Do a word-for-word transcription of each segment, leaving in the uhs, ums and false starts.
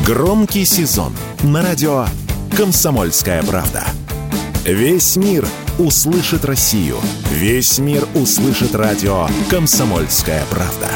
Громкий сезон на радио «Комсомольская правда». Весь мир услышит Россию. Весь мир услышит радио «Комсомольская правда».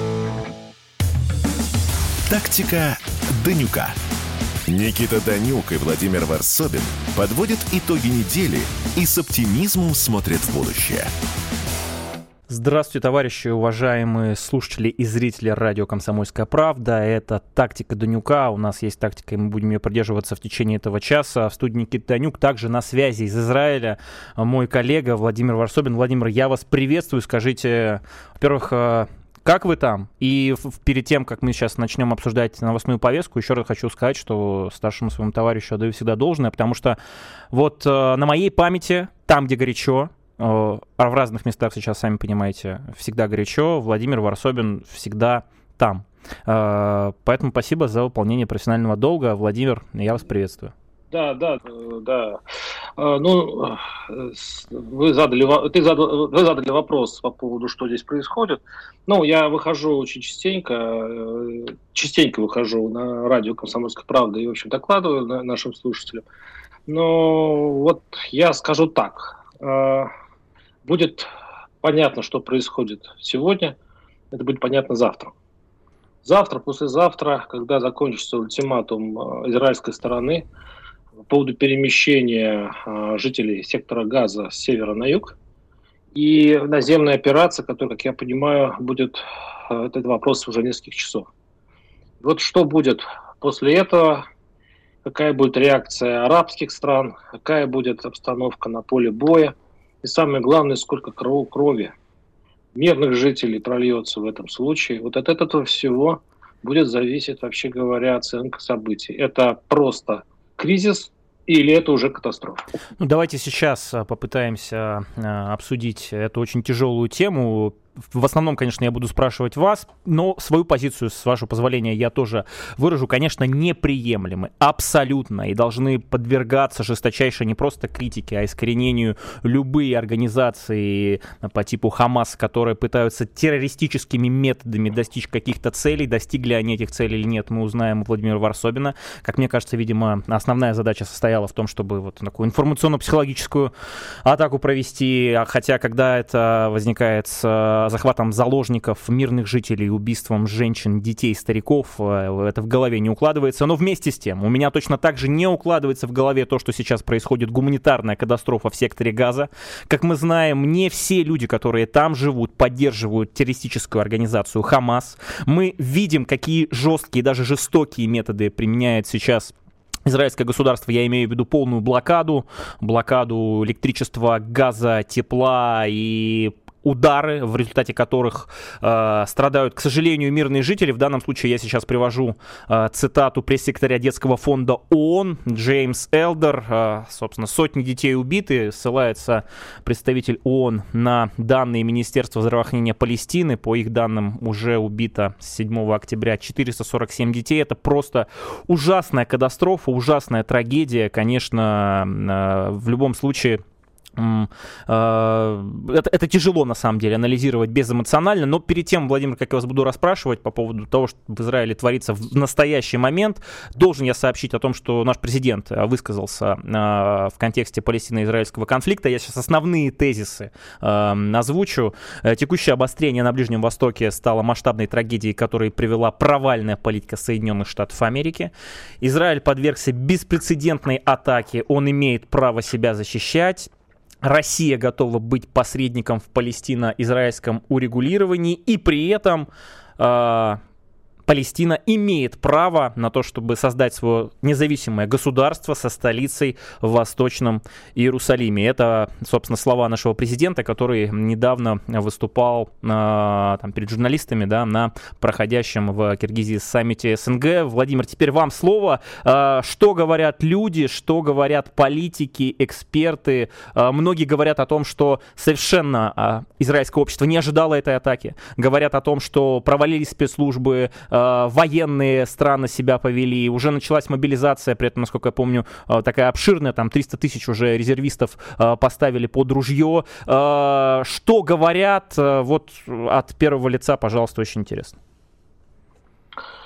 Тактика Данюка. Никита Данюк и Владимир Варсобин подводят итоги недели и с оптимизмом смотрят в будущее. Здравствуйте, товарищи, уважаемые слушатели и зрители радио «Комсомольская правда». Это «Тактика Данюка». У нас есть тактика, и мы будем ее придерживаться в течение этого часа. В студии Никита Данюк. Также на связи из Израиля мой коллега Владимир Варсобин. Владимир, я вас приветствую. Скажите, во-первых, как вы там? И перед тем, как мы сейчас начнем обсуждать новостную повестку, еще раз хочу сказать, что старшему своему товарищу отдаю всегда должное, потому что вот на моей памяти, там, где горячо, а в разных местах сейчас, сами понимаете, всегда горячо, Владимир Варсобин всегда там. Поэтому спасибо за выполнение профессионального долга. Владимир, я вас приветствую. Да, да, да. Ну, вы задали, ты задали, вы задали вопрос по поводу, что здесь происходит. Ну, я выхожу очень частенько, частенько выхожу на радио «Комсомольская правда» и, в общем, докладываю нашим слушателям. Но вот я скажу так. Будет понятно, что происходит сегодня, это будет понятно завтра. Завтра, послезавтра, когда закончится ультиматум израильской стороны по поводу перемещения жителей сектора Газа с севера на юг, и наземная операция, которая, как я понимаю, будет, это вопрос уже нескольких часов. Вот что будет после этого, какая будет реакция арабских стран, какая будет обстановка на поле боя, и самое главное, сколько крови мирных жителей прольется в этом случае. Вот от этого всего будет зависеть, вообще говоря, оценка событий. Это просто кризис или это уже катастрофа? Ну, давайте сейчас попытаемся обсудить эту очень тяжелую тему. В основном, конечно, я буду спрашивать вас, но свою позицию, с вашего позволения, я тоже выражу. Конечно, неприемлемы, абсолютно, и должны подвергаться жесточайшей не просто критике, а искоренению любые организации по типу Хамас, которые пытаются террористическими методами достичь каких-то целей. Достигли они этих целей или нет, мы узнаем у Владимира Варсобина. Как мне кажется, видимо, основная задача состояла в том, чтобы вот такую информационно-психологическую атаку провести, хотя когда это возникает с захватом заложников, мирных жителей, убийством женщин, детей, стариков, это в голове не укладывается. Но вместе с тем, у меня точно так же не укладывается в голове то, что сейчас происходит гуманитарная катастрофа в секторе Газа. Как мы знаем, не все люди, которые там живут, поддерживают террористическую организацию Хамас. Мы видим, какие жесткие, даже жестокие методы применяет сейчас израильское государство, я имею в виду полную блокаду, блокаду электричества, газа, тепла и удары, в результате которых э, страдают, к сожалению, мирные жители. В данном случае я сейчас привожу э, цитату пресс-секретаря детского фонда ООН Джеймс Элдер. Э, собственно, сотни детей убиты. Ссылается представитель ООН на данные Министерства здравоохранения Палестины. По их данным, уже убито с седьмого октября четыреста сорок семь детей. Это просто ужасная катастрофа, ужасная трагедия. Конечно, э, в любом случае... Это, это тяжело, на самом деле, анализировать безэмоционально, но перед тем, Владимир, как я вас буду расспрашивать по поводу того, что в Израиле творится в настоящий момент, должен я сообщить о том, что наш президент высказался в контексте палестино-израильского конфликта. Я сейчас основные тезисы озвучу. Текущее обострение на Ближнем Востоке стало масштабной трагедией, которой привела провальная политика Соединенных Штатов Америки. Израиль подвергся беспрецедентной атаке, он имеет право себя защищать. Россия готова быть посредником в палестино-израильском урегулировании, и при этом э, Палестина имеет право на то, чтобы создать свое независимое государство со столицей в Восточном Иерусалиме. Это, собственно, слова нашего президента, который недавно выступал э, там, перед журналистами, да, на проходящем в Киргизии саммите СНГ. Владимир, теперь вам слово. Э, что говорят люди, что говорят политики, эксперты? Э, многие говорят о том, что совершенно э, израильское общество не ожидало этой атаки. Говорят о том, что провалились спецслужбы, военные странно себя повели, уже началась мобилизация, при этом, насколько я помню, такая обширная, там триста тысяч уже резервистов поставили под ружье. Что говорят, вот от первого лица, пожалуйста, очень интересно.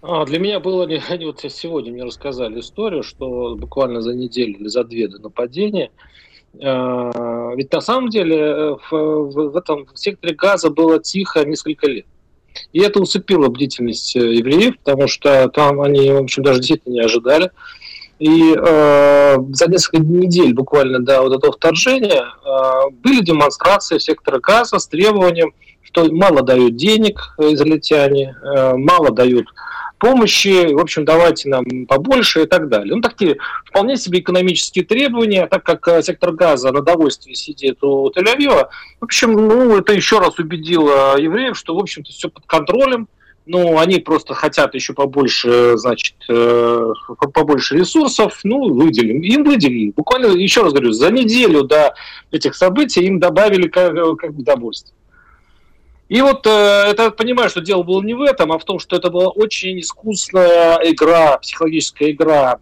А, для меня было, они вот сегодня мне рассказали историю, что буквально за неделю или за две до нападения, э, ведь на самом деле в, в, в этом секторе Газа было тихо несколько лет. И это усыпило бдительность евреев, потому что там они, в общем, даже действительно не ожидали. И э, за несколько недель буквально до вот этого вторжения э, были демонстрации в секторе Газа с требованием, что мало дают денег израильтяне, э, мало дают помощи, в общем, давайте нам побольше и так далее. Ну, такие вполне себе экономические требования, так как сектор Газа на довольстве сидит у Тель-Авива. В общем, ну, это еще раз убедило евреев, что, в общем-то, все под контролем. Ну, они просто хотят еще побольше, значит, побольше ресурсов, ну, выделим. Им выделили. Буквально, еще раз говорю, за неделю до этих событий им добавили как, как бы довольствие. И вот э, это понимаю, что дело было не в этом, а в том, что это была очень искусная игра, психологическая игра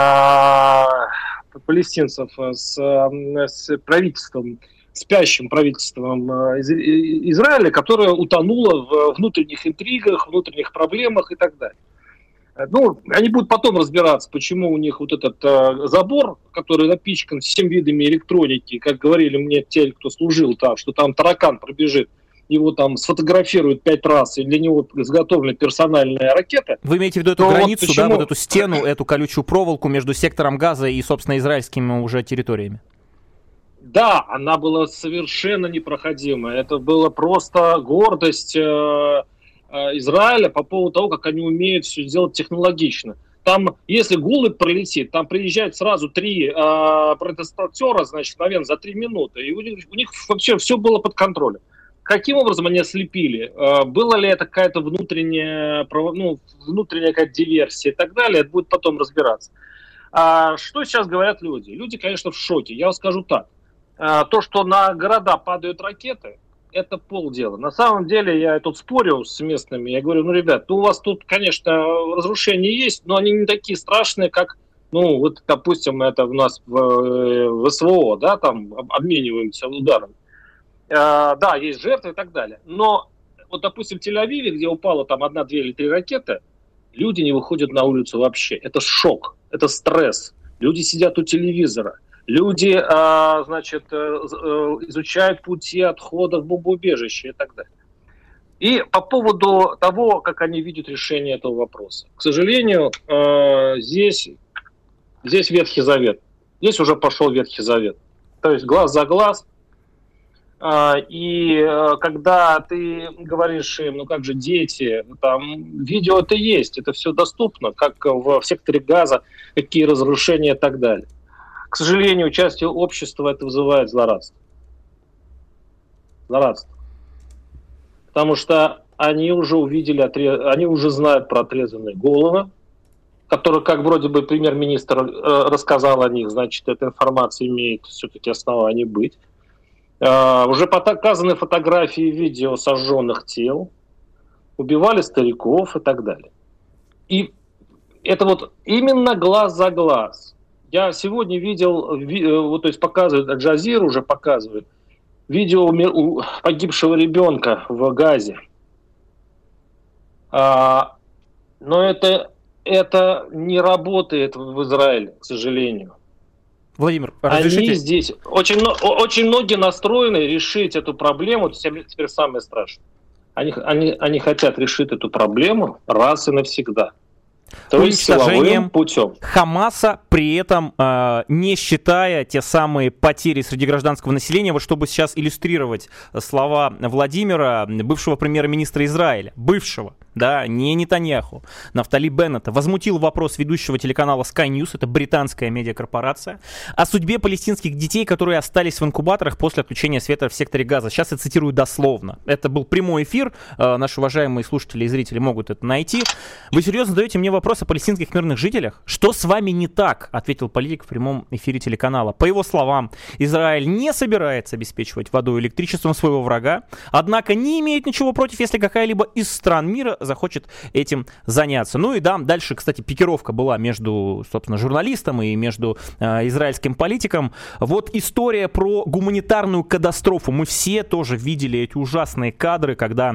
э, палестинцев с, с правительством, спящим правительством Израиля, которое утонуло в внутренних интригах, внутренних проблемах и так далее. Ну, они будут потом разбираться, почему у них вот этот э, забор, который напичкан всеми видами электроники, как говорили мне те, кто служил там, что там таракан пробежит, его там сфотографируют пять раз, и для него изготовлена персональная ракета. Вы имеете в виду эту границу, вот да, вот эту стену, эту колючую проволоку между сектором Газа и, собственно, израильскими уже территориями? Да, она была совершенно непроходимая. Это была просто гордость э, э, Израиля по поводу того, как они умеют все сделать технологично. Там, если голубь пролетит, там приезжают сразу три э, протестатера, значит, наверное, за три минуты. И у них, у них вообще все было под контролем. Каким образом они ослепили? Была ли это какая-то внутренняя, ну, внутренняя какая-то диверсия и так далее? Это будет потом разбираться. А что сейчас говорят люди? Люди, конечно, в шоке. Я вам скажу так. То, что на города падают ракеты, это полдела. На самом деле, я тут спорю с местными. Я говорю, ну, ребят, ну, у вас тут, конечно, разрушения есть, но они не такие страшные, как, ну, вот, допустим, это у нас в, в СВО, да, там обмениваемся ударами. Uh, да, есть жертвы и так далее. Но вот, допустим, в Тель-Авиве, где упало там одна, две или три ракеты, люди не выходят на улицу вообще. Это шок, это стресс. Люди сидят у телевизора. Люди, uh, значит, uh, изучают пути отхода в бомбоубежище и так далее. И по поводу того, как они видят решение этого вопроса. К сожалению, uh, здесь, здесь Ветхий Завет. Здесь уже пошел Ветхий Завет. То есть глаз за глаз. И когда ты говоришь им, ну как же дети, там видео это есть, это все доступно, как в секторе Газа, какие разрушения и так далее. К сожалению, участие общества это вызывает злорадство. Злорадство. Потому что они уже увидели, они уже знают про отрезанные головы, который, как вроде бы премьер-министр рассказал о них, значит, эта информация имеет все-таки основание быть. Uh, уже показаны фотографии и видео сожженных тел, убивали стариков и так далее. И это вот именно глаз за глаз. Я сегодня видел, ви, вот, то есть показывает, Аль-Джазира уже показывает, видео у погибшего ребенка в Газе. Uh, но это, это не работает в Израиле, к сожалению. Владимир, разрешите? Они здесь очень, очень многие настроены решить эту проблему, теперь самое страшное. Они, они, они хотят решить эту проблему раз и навсегда. То есть силовым путем. Хамаса, при этом э, не считая те самые потери среди гражданского населения, вот чтобы сейчас иллюстрировать слова Владимира, бывшего премьер-министра Израиля, бывшего, да, не Нетаньяху, Нафтали Беннета, возмутил вопрос ведущего телеканала Sky News, это британская медиакорпорация, о судьбе палестинских детей, которые остались в инкубаторах после отключения света в секторе Газа. Сейчас я цитирую дословно. Это был прямой эфир, э, наши уважаемые слушатели и зрители могут это найти. Вы серьезно задаете мне вопрос о палестинских мирных жителях? Что с вами не так? Ответил политик в прямом эфире телеканала. По его словам, Израиль не собирается обеспечивать водой и электричеством своего врага, однако не имеет ничего против, если какая-либо из стран мира захочет этим заняться. Ну и да, дальше, кстати, пикировка была между, собственно, журналистом и между э, израильским политиком. Вот история про гуманитарную катастрофу. Мы все тоже видели эти ужасные кадры, когда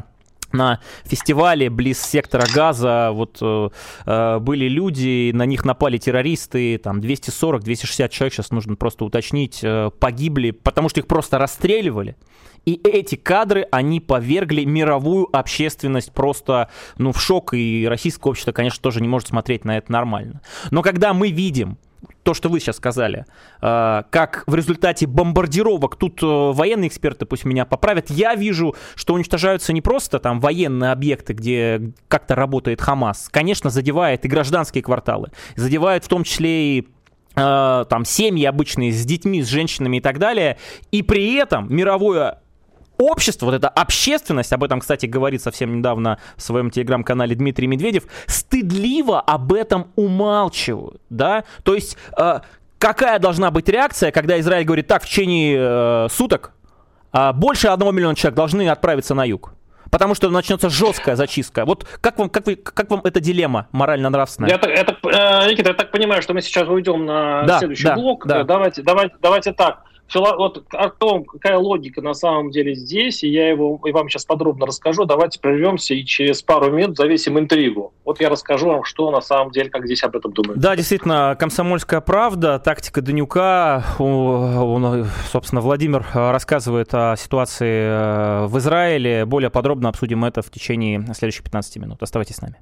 на фестивале близ сектора Газа вот э, были люди, на них напали террористы, там двести сорок - двести шестьдесят человек, сейчас нужно просто уточнить, э, погибли, потому что их просто расстреливали. И эти кадры, они повергли мировую общественность просто, ну, в шок, и российское общество, конечно, тоже не может смотреть на это нормально. Но когда мы видим то, что вы сейчас сказали, э, как в результате бомбардировок, тут э, военные эксперты пусть меня поправят, я вижу, что уничтожаются не просто там военные объекты, где как-то работает Хамас, конечно, задевает и гражданские кварталы, задевает в том числе и э, там семьи обычные с детьми, с женщинами и так далее, и при этом мировое общество, вот эта общественность, об этом, кстати, говорит совсем недавно в своем телеграм-канале Дмитрий Медведев, стыдливо об этом умалчивают, да, то есть э, какая должна быть реакция, когда Израиль говорит, так, в течение э, суток э, больше одного миллиона человек должны отправиться на юг, потому что начнется жесткая зачистка. Вот как вам, как вы, как вам эта дилемма морально-нравственная? Я так, я так, э, Никита, я так понимаю, что мы сейчас уйдем на да, следующий да, блок. Да. Давайте, давайте, давайте так. Вот о том, какая логика на самом деле здесь, и я его и вам сейчас подробно расскажу. Давайте прервемся и через пару минут завесим интригу. Вот я расскажу вам, что на самом деле, как здесь об этом думают. Да, действительно, «Комсомольская правда», тактика Данюка. Он, собственно, Владимир рассказывает о ситуации в Израиле. Более подробно обсудим это в течение следующих пятнадцати минут. Оставайтесь с нами.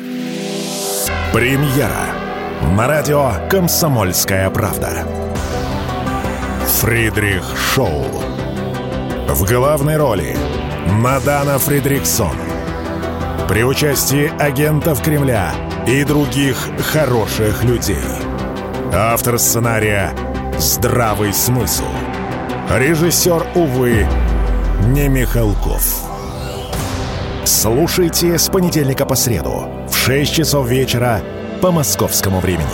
Премьера на радио «Комсомольская правда». Фридрих Шоу. В главной роли Мадана Фридрихсон. При участии агентов Кремля и других хороших людей. Автор сценария «Здравый смысл». Режиссер, увы, не Михалков. Слушайте с понедельника по среду в шесть часов вечера по московскому времени.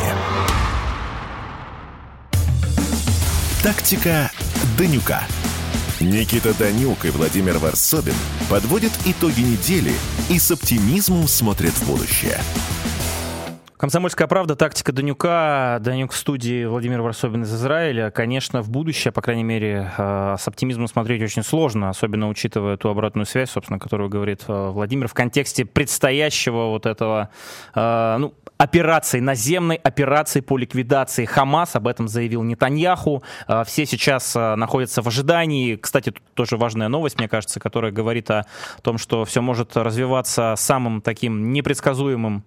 Тактика Данюка. Никита Данюк и Владимир Варсобин подводят итоги недели и с оптимизмом смотрят в будущее. «Комсомольская правда», тактика Данюка. Данюк в студии, Владимир Варсобин из Израиля. Конечно, в будущее, по крайней мере, с оптимизмом смотреть очень сложно, особенно учитывая ту обратную связь, собственно, которую говорит Владимир в контексте предстоящего вот этого, ну, операции, наземной операции по ликвидации Хамас. Об этом заявил Нетаньяху. Все сейчас находятся в ожидании. Кстати, тут тоже важная новость, мне кажется, которая говорит о том, что все может развиваться самым таким непредсказуемым,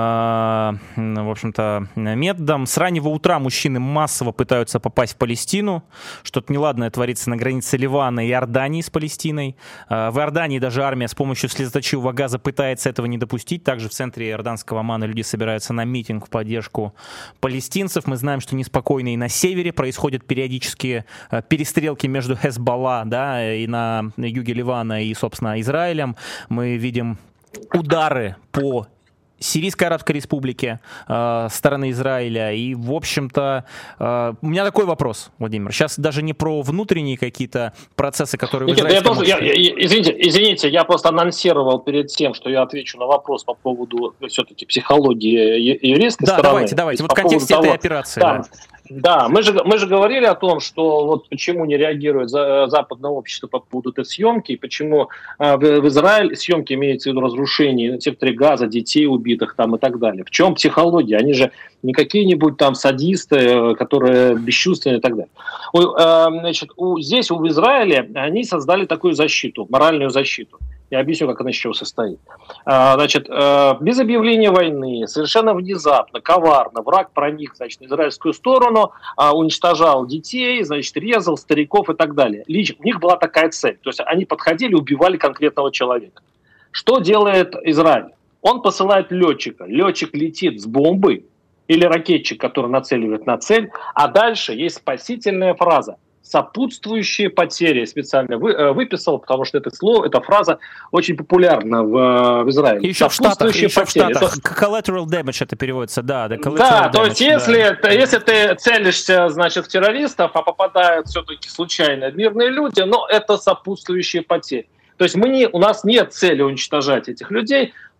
в общем-то, методом. С раннего утра мужчины массово пытаются попасть в Палестину. Что-то неладное творится на границе Ливана и Иордании с Палестиной. В Иордании даже армия с помощью слезоточивого газа пытается этого не допустить. Также в центре иорданского Аммана люди собираются на митинг в поддержку палестинцев. Мы знаем, что неспокойно и на севере происходят периодические перестрелки между Хезболла, да, и на юге Ливана и, собственно, Израилем. Мы видим удары по Сирийской Арабской Республике э, стороны Израиля. И, в общем-то, э, у меня такой вопрос, Владимир. Сейчас даже не про внутренние какие-то процессы, которые Никита, в Израиле... Я тоже, я, я, извините, извините, я просто анонсировал перед тем, что я отвечу на вопрос по поводу все-таки психологии еврейской да, стороны. Да, давайте, давайте. Вот в контексте этой того, операции. Да. Да. Да, мы же, мы же говорили о том, что вот почему не реагирует за, западное общество по поводу этой съемки, и почему э, в, в Израиле съемки имеется в виду разрушение на секторе Газа, детей убитых там и так далее. В чем психология? Они же не какие-нибудь там садисты, которые бесчувственные и так далее. У, э, значит, у, здесь, в Израиле, они создали такую защиту, моральную защиту. Я объясню, как она из чего состоит. Значит, без объявления войны, совершенно внезапно, коварно, враг проник, значит, на израильскую сторону, уничтожал детей, значит, резал стариков и так далее. Лично у них была такая цель. То есть они подходили, убивали конкретного человека. Что делает Израиль? Он посылает летчика. Летчик летит с бомбой или ракетчик, который нацеливает на цель, а дальше есть спасительная фраза. Сопутствующие потери специально вы, выписал, потому что это слово, эта фраза очень популярна в, в Израиле. Еще в Штатах, еще в Штатах. Это... Collateral damage это переводится, да. Да, да то есть если, да. если ты целишься, значит, в террористов, а попадают все-таки случайно мирные люди, но это сопутствующие потери. То есть мы не, у нас нет цели уничтожать этих людей,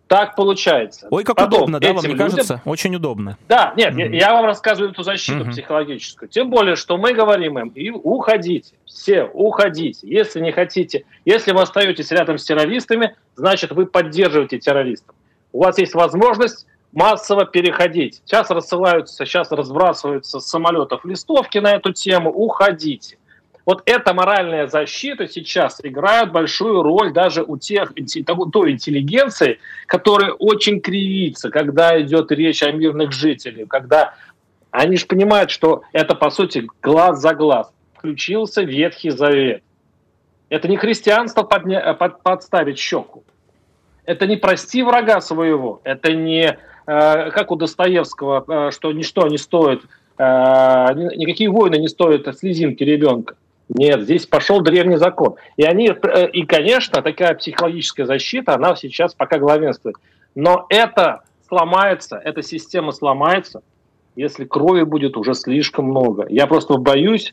Так получается. Ой, как Потом, удобно, да, вам не людям... кажется? Очень удобно. Да, нет, mm-hmm. я, я вам рассказываю эту защиту mm-hmm. психологическую. Тем более, что мы говорим им, и уходите, все, уходите. Если не хотите, если вы остаетесь рядом с террористами, значит, вы поддерживаете террористов. У вас есть возможность массово переходить. Сейчас рассылаются, сейчас разбрасываются с самолетов листовки на эту тему. Уходите. Вот эта моральная защита сейчас играет большую роль даже у тех, той интеллигенции, которая очень кривится, когда идет речь о мирных жителях, когда они же понимают, что это, по сути, глаз за глаз. Включился Ветхий Завет. Это не христианство подня... под... подставить щеку. Это не прости врага своего. Это не, э, как у Достоевского, э, что ничто не стоит, э, никакие войны не стоят слезинки ребенка. Нет, здесь пошел древний закон. И, они, и, конечно, такая психологическая защита, она сейчас пока главенствует. Но это сломается, эта система сломается, если крови будет уже слишком много. Я просто боюсь,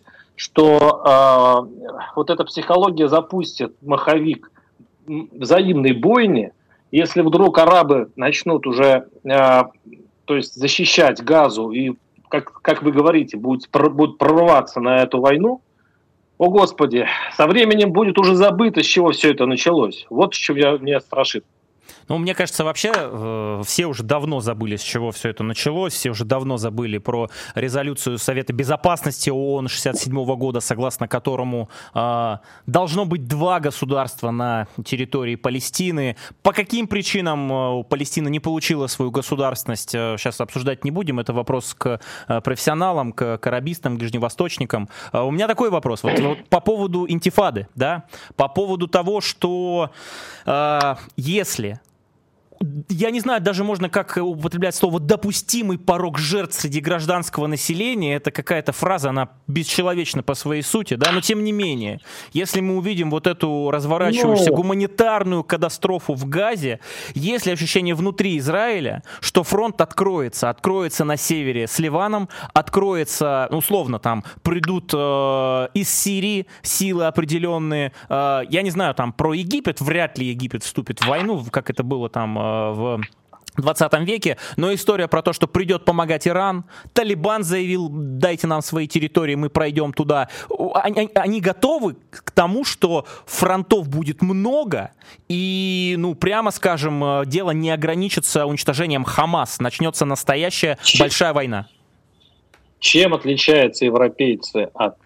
что э, вот эта психология запустит маховик взаимной бойни, если вдруг арабы начнут уже э, то есть защищать Газу и, как, как вы говорите, будут, будут прорываться на эту войну, о, Господи, со временем будет уже забыто, с чего все это началось. Вот с чем я, меня страшит. Ну, мне кажется, вообще э, все уже давно забыли, с чего все это началось, все уже давно забыли про резолюцию Совета Безопасности ООН шестьдесят седьмого года, согласно которому э, должно быть два государства на территории Палестины. По каким причинам э, Палестина не получила свою государственность, э, сейчас обсуждать не будем, это вопрос к э, профессионалам, к, к арабистам, к ближневосточникам. Э, у меня такой вопрос, вот, вот по поводу интифады, да, по поводу того, что э, если... Я не знаю, даже можно как употреблять слово «допустимый порог жертв среди гражданского населения». Это какая-то фраза, она бесчеловечна по своей сути, да, но тем не менее, если мы увидим вот эту разворачивающуюся но... гуманитарную катастрофу в Газе, есть ли ощущение внутри Израиля, что фронт откроется, откроется на севере с Ливаном, откроется, условно, там, придут э, из Сирии силы определенные, э, я не знаю, там, про Египет, вряд ли Египет вступит в войну, как это было там в двадцатом веке, но история про то, что придет помогать Иран, Талибан заявил, дайте нам свои территории, мы пройдем туда. Они, они готовы к тому, что фронтов будет много, и, ну, прямо скажем, дело не ограничится уничтожением Хамас, начнется настоящая Чем? большая война. Чем отличаются европейцы от,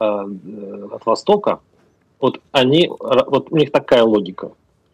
от Востока? Вот они, вот у них такая логика.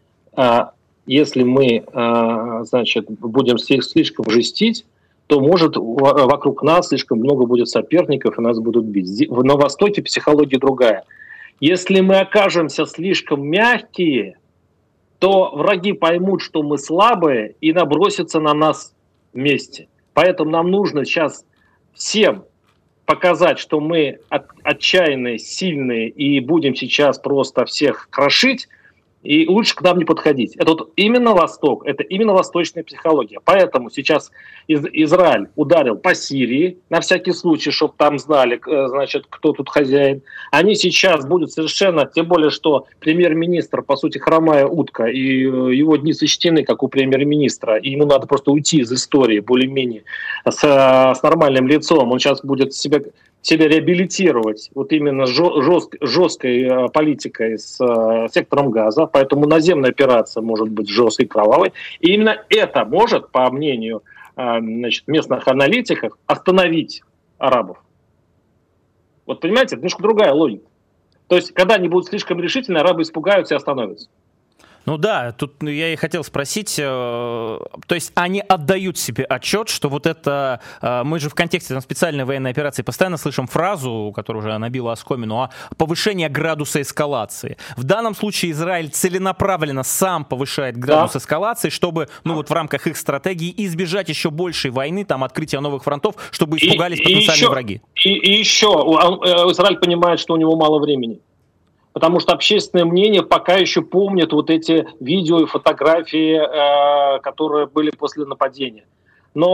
Если мы, значит, будем слишком жестить, то, может, вокруг нас слишком много будет соперников, и нас будут бить. На Востоке психология другая. Если мы окажемся слишком мягкие, то враги поймут, что мы слабые, и набросятся на нас вместе. Поэтому нам нужно сейчас всем показать, что мы отчаянные, сильные, и будем сейчас просто всех крошить, и лучше к нам не подходить. Это вот именно Восток, это именно восточная психология. Поэтому сейчас Из- Израиль ударил по Сирии, на всякий случай, чтобы там знали, значит, кто тут хозяин. Они сейчас будут совершенно, тем более, что премьер-министр, по сути, хромая утка, и его дни сочтены, как у премьер-министра, и ему надо просто уйти из истории более-менее с, с нормальным лицом. Он сейчас будет себя... себя реабилитировать вот именно жест, жесткой политикой с сектором Газа, поэтому наземная операция может быть жесткой, кровавой. И именно это может, по мнению, значит, местных аналитиков, остановить арабов. Вот понимаете, это немножко другая логика. То есть, когда они будут слишком решительны, арабы испугаются и остановятся. Ну да, тут я и хотел спросить, э, то есть они отдают себе отчет, что вот это, э, мы же в контексте там, специальной военной операции постоянно слышим фразу, которая уже набила оскомину, о повышении градуса эскалации. В данном случае Израиль целенаправленно сам повышает градус да. эскалации, чтобы, ну вот в рамках их стратегии избежать еще большей войны, там открытия новых фронтов, чтобы испугались и, потенциальные и еще, враги. И, и еще Израиль понимает, что у него мало времени. Потому что общественное мнение пока еще помнит вот эти видео и фотографии, э, которые были после нападения. Но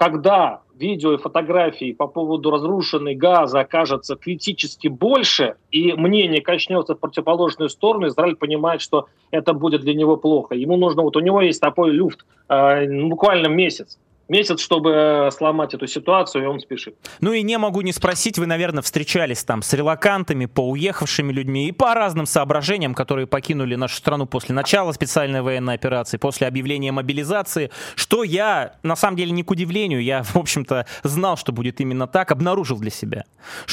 когда видео и фотографии по поводу разрушенной Газы окажется критически больше, и мнение качнется в противоположную сторону, Израиль понимает, что это будет для него плохо. Ему нужно, вот у него есть такой люфт, э, буквально месяц. Месяц, чтобы сломать эту ситуацию, и он спешит. Ну и не могу не спросить, вы, наверное, встречались там с релокантами, поуехавшими людьми и по разным соображениям, которые покинули нашу страну после начала специальной военной операции, после объявления мобилизации, что я, на самом деле, не к удивлению, я, в общем-то, знал, что будет именно так, обнаружил для себя,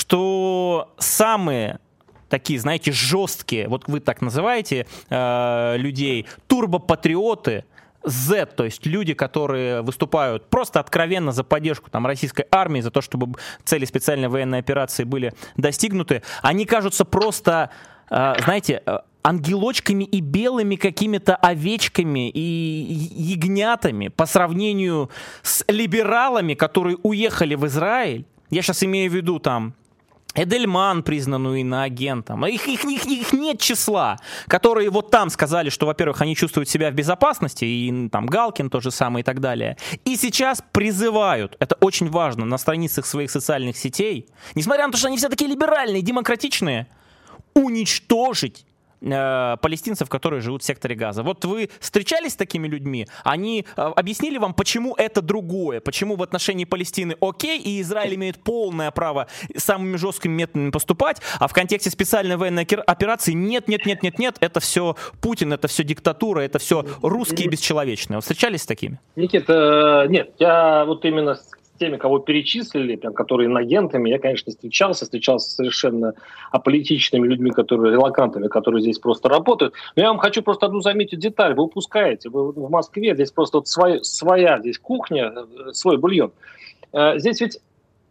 что самые... такие, знаете, жесткие, вот вы так называете э, людей, турбопатриоты, Z, то есть люди, которые выступают просто откровенно за поддержку там, российской армии, за то, чтобы цели специальной военной операции были достигнуты, они кажутся просто, э, знаете, ангелочками и белыми какими-то овечками и ягнятами по сравнению с либералами, которые уехали в Израиль. Я сейчас имею в виду там Эдельман, признанную иноагентом. Их, их, их, их нет числа, которые вот там сказали, что, во-первых, они чувствуют себя в безопасности, и там Галкин то же самое и так далее. И сейчас призывают, это очень важно, на страницах своих социальных сетей, несмотря на то, что они все такие либеральные, демократичные, уничтожить э, палестинцев, которые живут в секторе Газа. Вот вы встречались с такими людьми? Они э, объяснили вам, почему это другое, почему в отношении Палестины окей, и Израиль имеет полное право самыми жесткими методами поступать, а в контексте специальной военной операции нет, нет, нет, нет, нет, это все Путин, это все диктатура, это все русские бесчеловечные. Вы встречались с такими? Никита, нет, я вот именно с теми, кого перечислили, прям, которые инагентами, я, конечно, встречался, встречался с совершенно аполитичными людьми, которые релокантами, которые здесь просто работают. Но я вам хочу просто одну заметить деталь. Вы упускаете. Вы в Москве, здесь просто вот своя, своя здесь кухня, свой бульон. Здесь ведь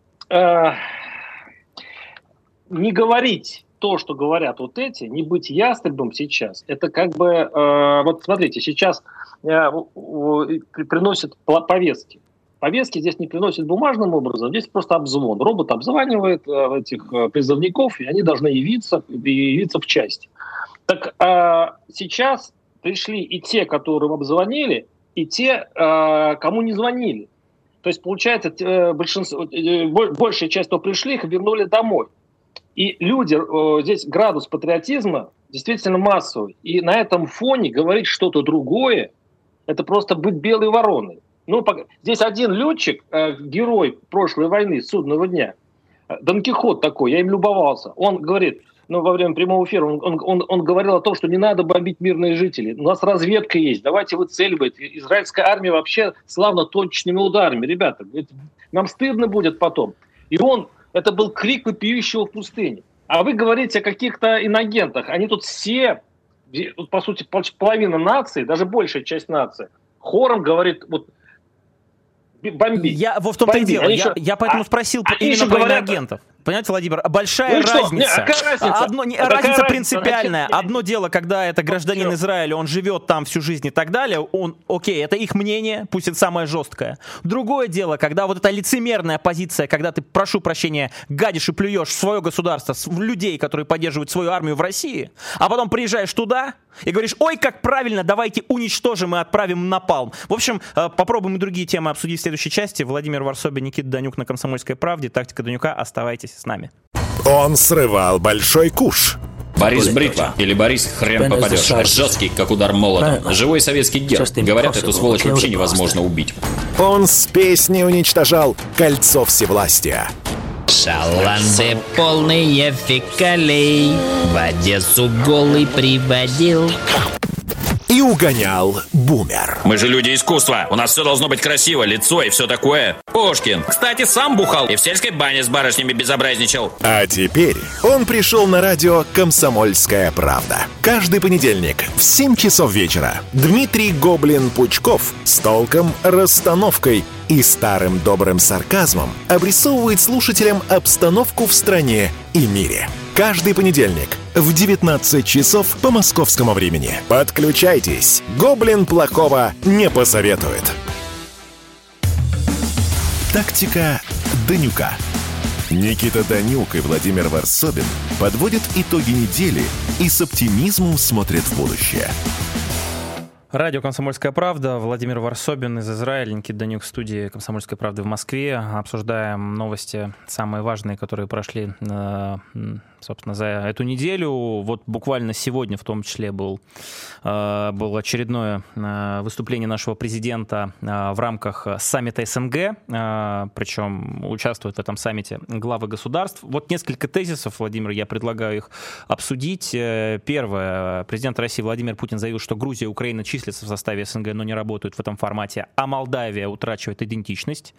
э, не говорить то, что говорят вот эти, не быть ястребом сейчас, это как бы, э, вот смотрите, сейчас э, э, приносят повестки. Повестки здесь не приносят бумажным образом, здесь просто обзвон. Робот обзванивает э, этих э, призывников, и они должны явиться, явиться в часть. Так э, сейчас пришли и те, которым обзвонили, и те, э, кому не звонили. То есть, получается, э, большинство, э, большая часть, кто пришли, их вернули домой. И люди, э, здесь градус патриотизма действительно массовый. И на этом фоне говорить что-то другое, это просто быть белой вороной. Ну, здесь один летчик, э, герой прошлой войны, судного дня, Дон Кихот такой, я им любовался. Он говорит, ну, во время прямого эфира, он, он, он, он говорил о том, что не надо бомбить мирные жители. У нас разведка есть, давайте выцеливать. Израильская армия вообще славна точными ударами. Ребята, нам стыдно будет потом. И он, это был крик вопиющего в пустыне. А вы говорите о каких-то инагентах. Они тут все, по сути, половина нации, даже большая часть нации, хором говорит... вот. Бомби. Я, вот в том-то и дело. Я, еще... я поэтому а, спросил а именно про говорят... иноагентов. Понимаете, Владимир, большая ну разница. Не, а разница? Одно, не, а разница принципиальная. Разница? Одно дело, когда это гражданин Все. Израиля, он живет там всю жизнь и так далее, он, окей, это их мнение, пусть это самое жесткое. Другое дело, когда вот эта лицемерная позиция, когда ты, прошу прощения, гадишь и плюешь в свое государство, в людей, которые поддерживают свою армию в России, а потом приезжаешь туда и говоришь, ой, как правильно, давайте уничтожим и отправим напалм. В общем, попробуем и другие темы обсудить в следующей части. Владимир Варсобин, Никита Данюк на «Комсомольской правде». Тактика Данюка. Оставайтесь с нами. Он срывал большой куш. Борис Бритва или Борис хрен попадешь. Жесткий, как удар молотом. Живой советский герб. Говорят, эту сволочь вообще невозможно убить. Он с песней уничтожал кольцо всевластия. Шаланды полные фекалей в Одессу голый приводил. И угонял бумер. Мы же люди искусства. У нас все должно быть красиво, лицо и все такое. Пушкин, кстати, сам бухал и в сельской бане с барышнями безобразничал. А теперь он пришел на радио «Комсомольская правда». Каждый понедельник в семь часов вечера Дмитрий Гоблин-Пучков с толком, расстановкой и старым добрым сарказмом обрисовывает слушателям обстановку в стране и мире. Каждый понедельник в девятнадцать часов по московскому времени. Подключайтесь. Гоблин плохого не посоветует. Тактика Данюка. Никита Данюк и Владимир Варсобин подводят итоги недели и с оптимизмом смотрят в будущее. Радио «Комсомольская правда», Владимир Варсобин из Израиля, Никита Данюк в студии «Комсомольской правды» в Москве. Обсуждаем новости, самые важные, которые прошли, собственно, за эту неделю. Вот буквально сегодня в том числе был, было очередное выступление нашего президента в рамках саммита СНГ, причем участвуют в этом саммите главы государств. Вот несколько тезисов, Владимир, я предлагаю их обсудить. Первое. Президент России Владимир Путин заявил, что Грузия и Украина числятся в составе СНГ, но не работают в этом формате, а Молдавия утрачивает идентичность.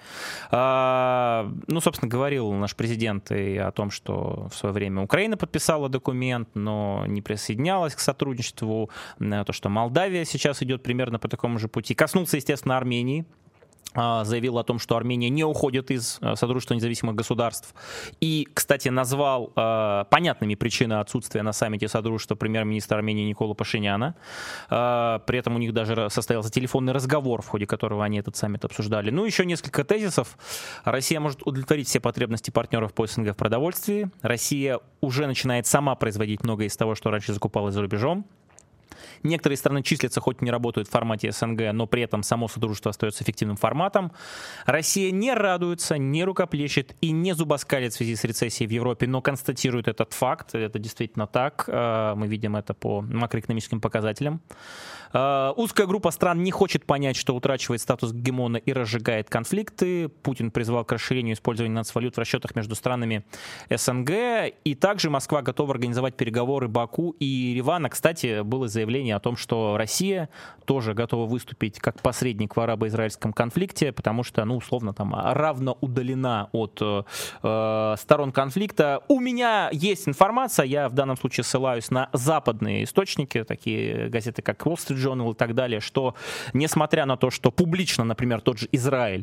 Ну, собственно, говорил наш президент и о том, что в свое время Украина подписала документ, но не присоединялась к сотрудничеству. То, что Молдавия сейчас идет примерно по такому же пути. Коснулся, естественно, Армении. Заявил о том, что Армения не уходит из Содружества независимых государств. И, кстати, назвал э, понятными причины отсутствия на саммите Содружества премьер-министра Армении Никола Пашиняна. Э, при этом у них даже состоялся телефонный разговор, в ходе которого они этот саммит обсуждали. Ну, еще несколько тезисов. Россия может удовлетворить все потребности партнеров по СНГ в продовольствии. Россия уже начинает сама производить многое из того, что раньше закупалось за рубежом. Некоторые страны числятся, хоть не работают в формате СНГ, но при этом само Содружество остается эффективным форматом. Россия не радуется, не рукоплещет и не зубоскалит в связи с рецессией в Европе, но констатирует этот факт. Это действительно так. Мы видим это по макроэкономическим показателям. Узкая группа стран не хочет понять, что утрачивает статус гегемона и разжигает конфликты. Путин призвал к расширению использования нацвалют в расчетах между странами СНГ. И также Москва готова организовать переговоры Баку и Еревана. Кстати, было заявление о том, что Россия тоже готова выступить как посредник в арабо-израильском конфликте, потому что, ну, условно, там равно удалена от э, сторон конфликта. У меня есть информация, я в данном случае ссылаюсь на западные источники, такие газеты, как Wall Street Journal и так далее, что, несмотря на то, что публично, например, тот же Израиль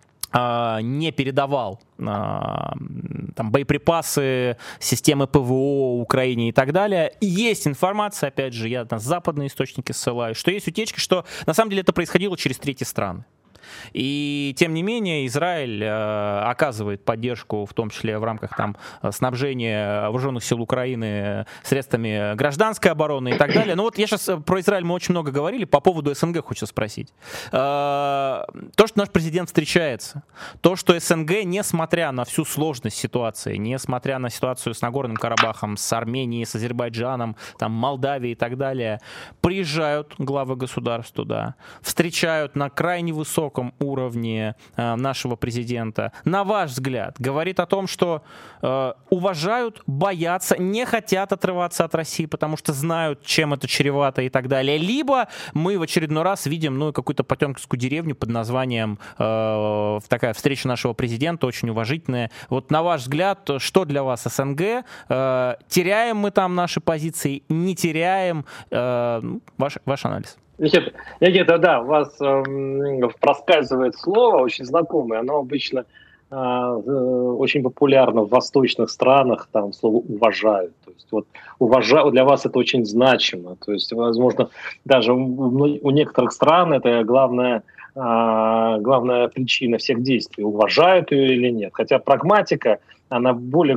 не передавал там, боеприпасы, системы ПВО Украине и так далее. И есть информация, опять же, я на западные источники ссылаюсь, что есть утечки, что на самом деле это происходило через третьи страны. И тем не менее Израиль э, оказывает поддержку, в том числе в рамках там, снабжения вооруженных сил Украины средствами гражданской обороны и так далее. Но вот я сейчас про Израиль мы очень много говорили, по поводу СНГ хочу спросить. Э, то, что наш президент встречается, то, что СНГ, несмотря на всю сложность ситуации, несмотря на ситуацию с Нагорным Карабахом, с Арменией, с Азербайджаном, там, Молдавией и так далее, приезжают главы государств туда, встречают на крайне высоком уровне э, нашего президента, на ваш взгляд, говорит о том, что э, уважают, боятся, не хотят отрываться от России, потому что знают, чем это чревато и так далее. Либо мы в очередной раз видим ну, какую-то потемкинскую деревню под названием э, такая встреча нашего президента, очень уважительная. Вот на ваш взгляд, что для вас СНГ? Э, теряем мы там наши позиции, не теряем? Э, ваш, ваш анализ. Никита, Никита, да, у вас э, проскальзывает слово очень знакомое, оно обычно э, очень популярно в восточных странах, там слово «уважают». То есть вот уважаю, для вас это очень значимо. То есть, возможно, даже у, у некоторых стран это главная, э, главная причина всех действий, уважают ее или нет. Хотя прагматика, она более,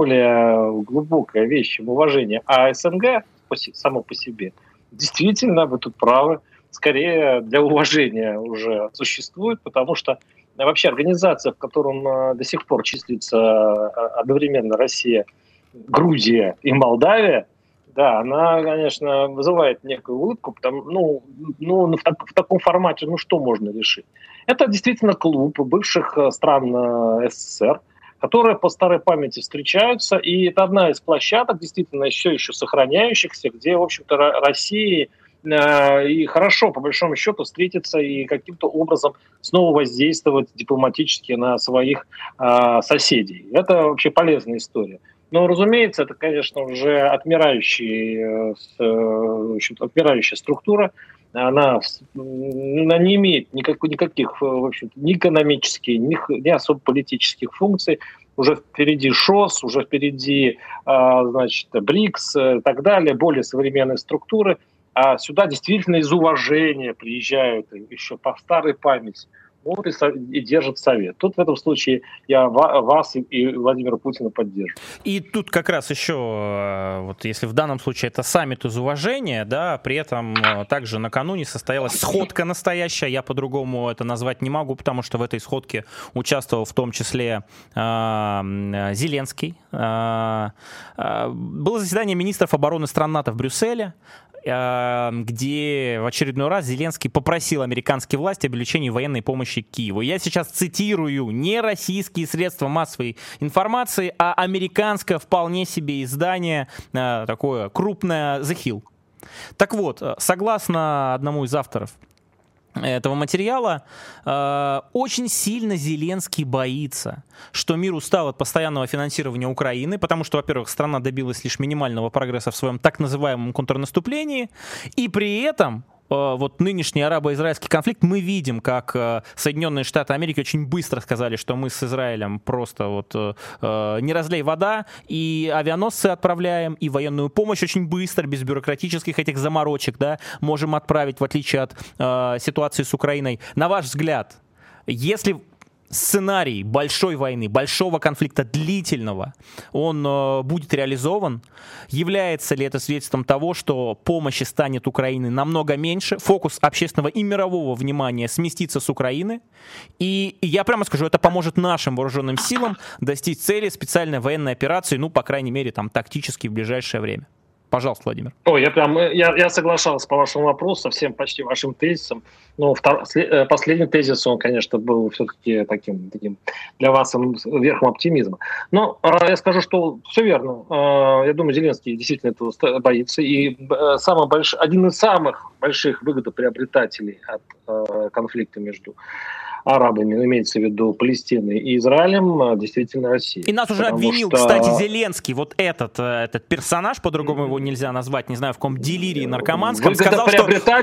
более глубокая вещь, чем уважение. А СНГ само по себе действительно, вы тут правы, скорее для уважения уже существует, потому что вообще организация, в котором до сих пор числится одновременно Россия, Грузия и Молдавия, да, она, конечно, вызывает некую улыбку, потому, ну, ну в, так, в таком формате, ну что можно решить? Это действительно клуб бывших стран СССР, которые по старой памяти встречаются, и это одна из площадок, действительно, все еще сохраняющихся, где, в общем-то, Россия э, и хорошо, по большому счету, встретиться и каким-то образом снова воздействовать дипломатически на своих э, соседей. Это вообще полезная история. Но, разумеется, это, конечно, уже отмирающая, э, в общем-то, отмирающая структура. Она, она не имеет никак, никаких, в общем-то, ни экономических, ни, ни особо политических функций. Уже впереди ШОС, уже впереди, значит, БРИКС и так далее, более современные структуры. А сюда действительно из уважения приезжают еще по старой памяти. вот и, со- и держит совет. Тут в этом случае я ва- вас и, и Владимира Путина поддерживаю. И тут как раз еще, вот если в данном случае это саммит из уважения, да, при этом также накануне состоялась сходка настоящая, я по-другому это назвать не могу, потому что в этой сходке участвовал в том числе э, Зеленский. Э, э, было заседание министров обороны стран НАТО в Брюсселе, где в очередной раз Зеленский попросил американские власти об увеличении военной помощи Киеву. Я сейчас цитирую не российские средства массовой информации, а американское вполне себе издание, такое крупное, The Hill. Так вот, согласно одному из авторов этого материала, э, очень сильно Зеленский боится, что мир устал от постоянного финансирования Украины, потому что, во-первых, страна добилась лишь минимального прогресса в своем так называемом контрнаступлении, и при этом э, вот нынешний арабо-израильский конфликт, мы видим, как э, Соединенные Штаты Америки очень быстро сказали, что мы с Израилем просто вот э, не разлей вода, и авианосцы отправляем, и военную помощь очень быстро, без бюрократических этих заморочек, да, можем отправить, в отличие от э, ситуации с Украиной. На ваш взгляд, если сценарий большой войны, большого конфликта длительного, он э, будет реализован, является ли это свидетельством того, что помощи станет Украине намного меньше, фокус общественного и мирового внимания сместится с Украины, и, и я прямо скажу, это поможет нашим вооруженным силам достичь цели специальной военной операции, ну, по крайней мере, там, тактически в ближайшее время. Пожалуйста, Владимир. Ой, я прям я, я соглашался по вашему вопросу со всем почти вашим тезисом. Но втор, последний тезис, он, конечно, был все-таки таким, таким для вас верхом оптимизма. Но я скажу, что все верно. Я думаю, Зеленский действительно этого боится. И самый больш... один из самых больших выгодоприобретателей от конфликта между арабами, имеется в виду Палестиной и Израилем, действительно Россия. И нас уже Потому обвинил, что... кстати, Зеленский, вот этот, этот персонаж, по-другому его нельзя назвать, не знаю, в каком делирии наркоманском, сказал, что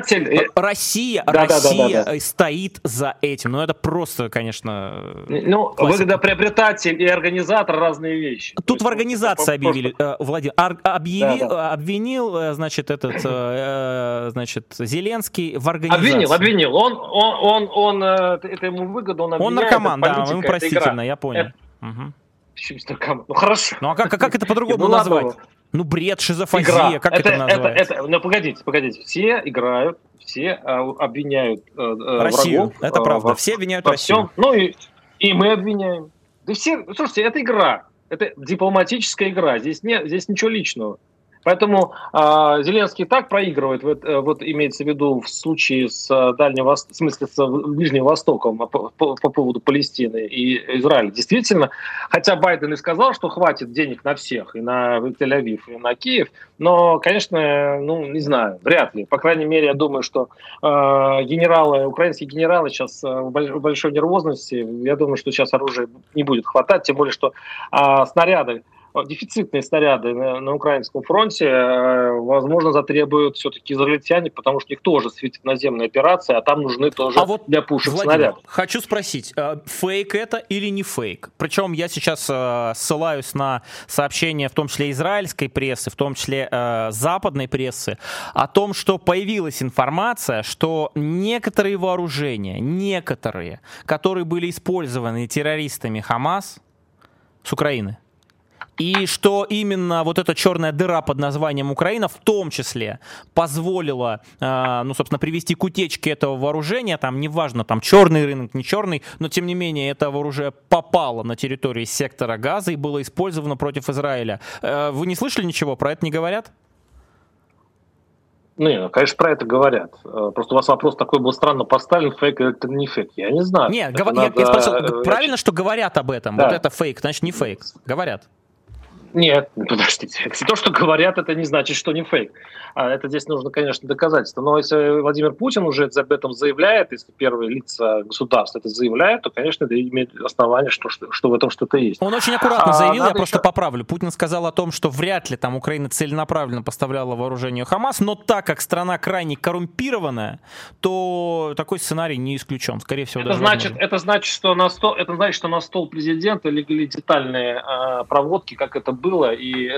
Россия, да, Россия да, да, да. стоит за этим. Ну, это просто, конечно, ну, выгодоприобретатель и организатор — разные вещи. Тут в организации объявили, просто... Владимир, объявил, да, да. обвинил, значит, этот, значит, Зеленский в организации. Обвинил, обвинил. Он, он, он, он это ему выгода, он обвиняет. Он наркоман, да, ему простительно, я понял. Это... Угу. Почему наркоман? Ну хорошо. Ну а как, как это по-другому назвать? Ну бред, шизофрения, игра. Как это, это называется? Это, это, ну погодите, погодите, все играют, все а, обвиняют а, Россию, врагов, это правда, во, все обвиняют во Россию. Всем. Ну и, и мы обвиняем. Да все, слушайте, это игра, это дипломатическая игра, здесь, не, здесь ничего личного. Поэтому э, Зеленский так проигрывает, вот, вот имеется в виду в случае с Дальним Востоком, в смысле с Ближним Востоком по, по, по поводу Палестины и Израиля. Действительно, хотя Байден и сказал, что хватит денег на всех, и на Тель-Авив, и на Киев, но, конечно, ну, не знаю, вряд ли. По крайней мере, я думаю, что э, генералы, украинские генералы сейчас э, в большой нервозности, я думаю, что сейчас оружия не будет хватать, тем более, что э, снаряды, дефицитные снаряды на, на украинском фронте, э, возможно, затребуют все-таки израильтяне, потому что у них тоже светит наземная операция, а там нужны тоже а вот, для пушек Владимир, снаряды. Хочу спросить, э, фейк это или не фейк? Причем я сейчас э, ссылаюсь на сообщения, в том числе израильской прессы, в том числе э, западной прессы, о том, что появилась информация, что некоторые вооружения, некоторые, которые были использованы террористами Хамас с Украины, и что именно вот эта черная дыра под названием Украина в том числе позволила, э, ну, собственно, привести к утечке этого вооружения, там, неважно, там, черный рынок, не черный, но, тем не менее, это вооружение попало на территорию сектора Газа и было использовано против Израиля. Э, вы не слышали ничего? Про это не говорят? Не, конечно, про это говорят. Просто у вас вопрос такой был странно поставлен, фейк или это не фейк. Я не знаю. Нет, гов... я, надо... я спросил, правильно, что говорят об этом? Да. Вот это фейк, значит, не фейк. Говорят. Нет, подождите. То, что говорят, это не значит, что не фейк. А это здесь нужно, конечно, доказательство. Но если Владимир Путин уже об этом заявляет, если первые лица государства это заявляют, то, конечно, это имеет основание, что, что, что в этом что-то есть. Он очень аккуратно заявил, а, я просто еще... поправлю. Путин сказал о том, что вряд ли там Украина целенаправленно поставляла вооружение Хамас, но так как страна крайне коррумпированная, то такой сценарий не исключен. Скорее всего, это даже значит, возможно. это значит, что на стол, это значит, что на стол президента легли детальные э, проводки, как это было, и это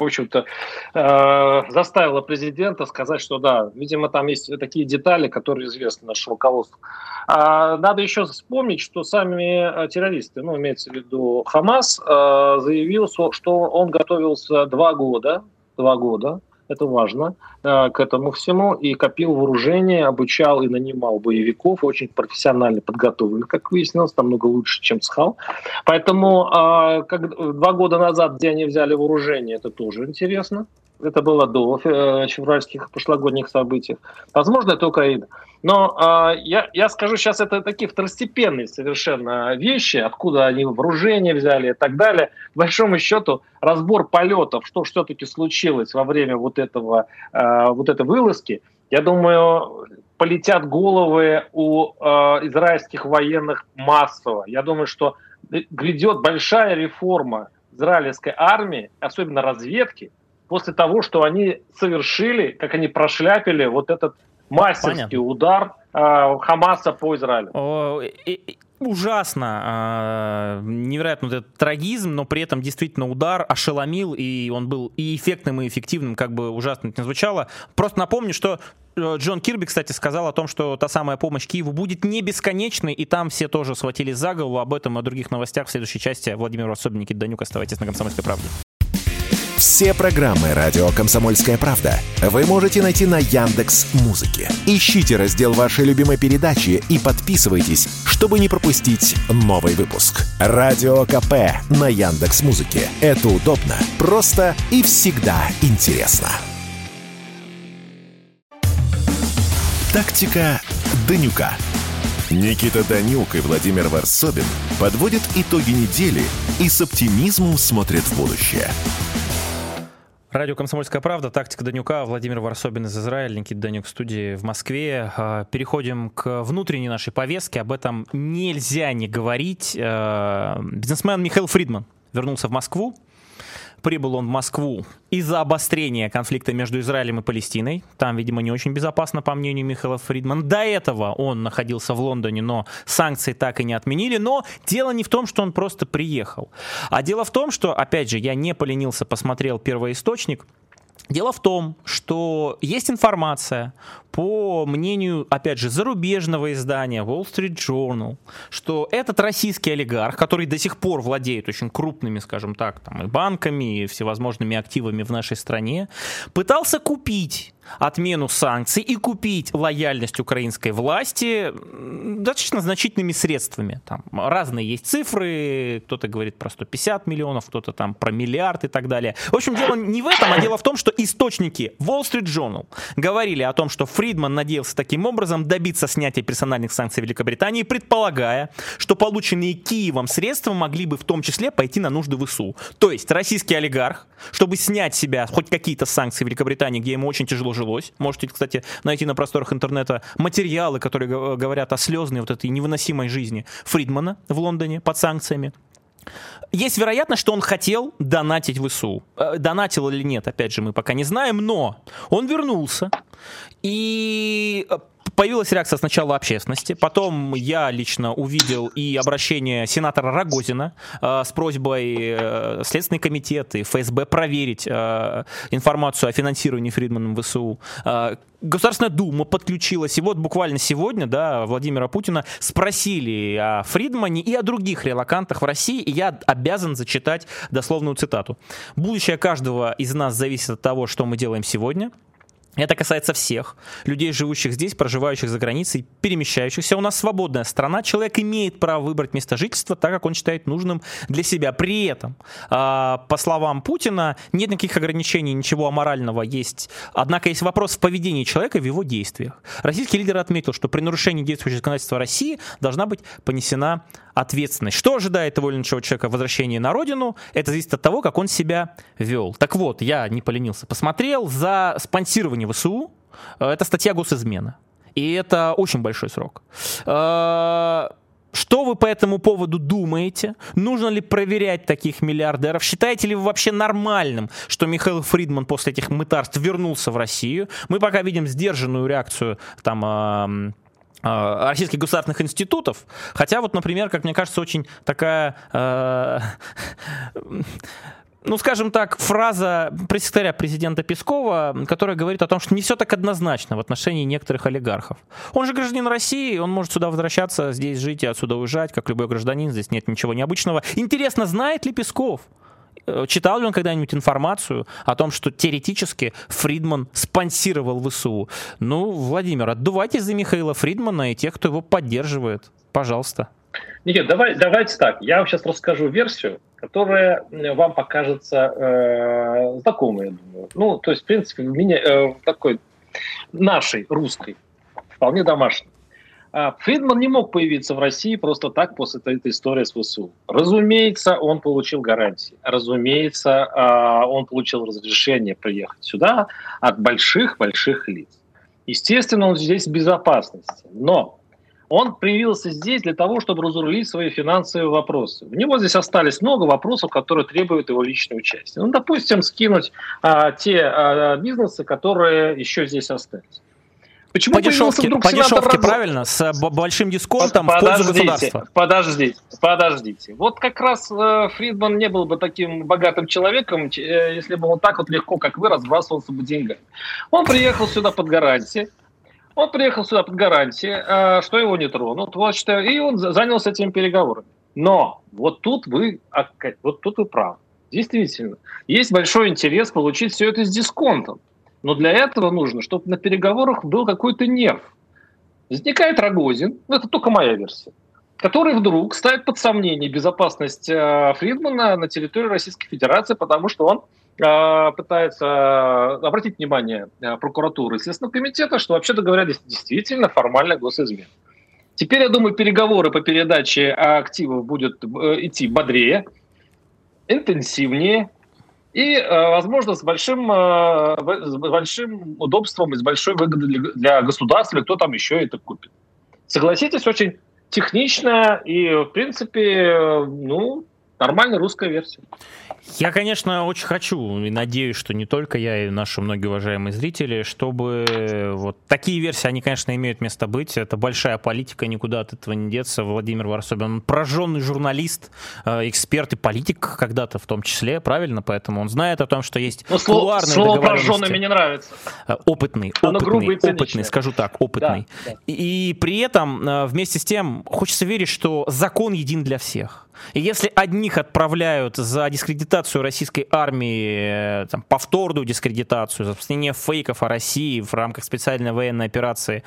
в общем-то, э, заставило президента сказать, что да, видимо, там есть такие детали, которые известны нашему руководству. А надо еще вспомнить, что сами террористы, ну, имеется в виду Хамас, э, заявил, что он готовился два года, два года, это важно, э, к этому всему, и копил вооружение, обучал и нанимал боевиков, очень профессионально подготовлен, как выяснилось, там много лучше, чем ЦХАЛ. Поэтому э, как, два года назад, где они взяли вооружение, это тоже интересно. Это было до э, февральских прошлогодних событий. Возможно, это Украина. Но э, я, я скажу, сейчас это такие второстепенные совершенно вещи, откуда они вооружение взяли и так далее. К большому счету, разбор полетов, что все-таки случилось во время вот, этого, э, вот этой вылазки, я думаю, полетят головы у э, израильских военных массово. Я думаю, что грядет большая реформа израильской армии, особенно разведки, после того, что они совершили, как они прошляпили вот этот мастерский Понятно. удар э, Хамаса по Израилю. О, и, и, ужасно, э, невероятно вот этот трагизм, но при этом действительно удар ошеломил, и он был и эффектным, и эффективным, как бы ужасно это ни звучало. Просто напомню, что Джон Кирби, кстати, сказал о том, что та самая помощь Киеву будет не бесконечной, и там все тоже схватились за голову. Об этом и о других новостях в следующей части. Владимир Варсобин, Никита Данюк. Оставайтесь на «Комсомольской правде». Все программы «Радио Комсомольская правда» вы можете найти на Яндекс.Музыке. Ищите раздел вашей любимой передачи и подписывайтесь, чтобы не пропустить новый выпуск. Радио КП на Яндекс.Музыке. Это удобно, просто и всегда интересно. Тактика Данюка. Никита Данюк и Владимир Варсобин подводят итоги недели и с оптимизмом смотрят в будущее. Радио «Комсомольская правда», тактика Данюка, Владимир Варсобин из Израиля, Никита Данюк в студии в Москве. Переходим к внутренней нашей повестке. Об этом нельзя не говорить. Бизнесмен Михаил Фридман вернулся в Москву. Прибыл он в Москву из-за обострения конфликта между Израилем и Палестиной. Там, видимо, не очень безопасно, по мнению Михаила Фридмана. До этого он находился в Лондоне, но санкции так и не отменили. Но дело не в том, что он просто приехал. А дело в том, что, опять же, я не поленился, посмотрел первоисточник. Дело в том, что есть информация, по мнению, опять же, зарубежного издания Wall Street Journal, что этот российский олигарх, который до сих пор владеет очень крупными, скажем так, там, и банками, и всевозможными активами в нашей стране, пытался купить отмену санкций и купить лояльность украинской власти достаточно значительными средствами. Там разные есть цифры, кто-то говорит про сто пятьдесят миллионов, кто-то там про миллиард и так далее. В общем, дело не в этом, а дело в том, что источники Wall Street Journal говорили о том, что Фридман надеялся таким образом добиться снятия персональных санкций Великобритании, предполагая, что полученные Киевом средства могли бы в том числе пойти на нужды ВСУ. То есть российский олигарх, чтобы снять с себя хоть какие-то санкции Великобритании, где ему очень тяжело жилось. Можете, кстати, найти на просторах интернета материалы, которые говорят о слезной вот этой невыносимой жизни Фридмана в Лондоне под санкциями. Есть вероятность, что он хотел донатить ВСУ. Донатил или нет, опять же, мы пока не знаем, но он вернулся. И появилась реакция сначала общественности, потом я лично увидел и обращение сенатора Рогозина э, с просьбой э, Следственный комитет и ФСБ проверить э, информацию о финансировании Фридманом ВСУ. Э, Государственная Дума подключилась, и вот буквально сегодня, да, Владимира Путина спросили о Фридмане и о других релокантах в России, и я обязан зачитать дословную цитату. «Будущее каждого из нас зависит от того, что мы делаем сегодня. Это касается всех людей, живущих здесь, проживающих за границей, перемещающихся. У нас свободная страна. Человек имеет право выбрать место жительства так, как он считает нужным для себя. При этом, по словам Путина, нет никаких ограничений, ничего аморального есть. Однако есть вопрос в поведении человека и в его действиях. Российский лидер отметил, что при нарушении действующего законодательства России должна быть понесена ответственность. Что ожидает того или иного человека в возвращении на родину? Это зависит от того, как он себя вел. Так вот, я не поленился, посмотрел за спонсирование ВСУ. Это статья госизмена. И это очень большой срок. Что вы по этому поводу думаете? Нужно ли проверять таких миллиардеров? Считаете ли вы вообще нормальным, что Михаил Фридман после этих мытарств вернулся в Россию? Мы пока видим сдержанную реакцию там российских государственных институтов, хотя вот, например, как мне кажется, очень такая э, ну, скажем так, фраза пресс-секретаря президента Пескова, которая говорит о том, что не все так однозначно в отношении некоторых олигархов. Он же гражданин России, он может сюда возвращаться, здесь жить и отсюда уезжать, как любой гражданин, здесь нет ничего необычного. Интересно, знает ли Песков, читал ли он когда-нибудь информацию о том, что теоретически Фридман спонсировал ВСУ? Ну, Владимир, отдувайтесь за Михаила Фридмана и тех, кто его поддерживает. Пожалуйста. Нет, давай, давайте так. Я вам сейчас расскажу версию, которая вам покажется э, знакомой, я думаю. Ну, то есть, в принципе, меня, э, такой нашей, русской, вполне домашней. А Фридман не мог появиться в России просто так после этой, этой истории с ВСУ. Разумеется, он получил гарантии. Разумеется, э, он получил разрешение приехать сюда от больших-больших лиц. Естественно, он здесь в безопасности. Но он появился здесь для того, чтобы разрулить свои финансовые вопросы. У него здесь остались много вопросов, которые требуют его личного участия. Ну, допустим, скинуть а, те а, бизнесы, которые еще здесь остались. Почему по дешевке, вдруг по дешевке правильно? С большим дисконтом в пользу государства. Подождите, подождите. Вот как раз э, Фридман не был бы таким богатым человеком, э, если бы он так вот легко, как вы, разбрасывался бы деньгами. Он приехал сюда под гарантией. Он приехал сюда под гарантией, что его не тронут, вот что, и он занялся этими переговорами. Но вот тут вы, вот тут вы правы. Действительно, есть большой интерес получить все это с дисконтом. Но для этого нужно, чтобы на переговорах был какой-то нерв. Возникает Рогозин, ну это только моя версия, который вдруг ставит под сомнение безопасность Фридмана на территории Российской Федерации, потому что он пытается обратить внимание прокуратуры и Следственного комитета, что, вообще-то говоря, действительно формально госизмена. Теперь, я думаю, переговоры по передаче активов будут идти бодрее, интенсивнее и, возможно, с большим, с большим удобством и с большой выгодой для государства, или кто там еще это купит. Согласитесь, очень техничная и, в принципе, ну, нормальная русская версия. Я, конечно, очень хочу и надеюсь, что не только я и наши многие уважаемые зрители, чтобы вот такие версии, они, конечно, имеют место быть. Это большая политика, никуда от этого не деться. Владимир Варсобин, он прожженный журналист, эксперт и политик когда-то в том числе, правильно? Поэтому он знает о том, что есть ну, кулуарные слово договоренности. Слово «прожженный» мне нравится. Опытный, опытный, опытный, скажу так, опытный. Да, да. И при этом, вместе с тем, хочется верить, что закон един для всех. И если одних отправляют за дискредитацию российской армии, там, повторную дискредитацию, за распространение фейков о России в рамках специальной военной операции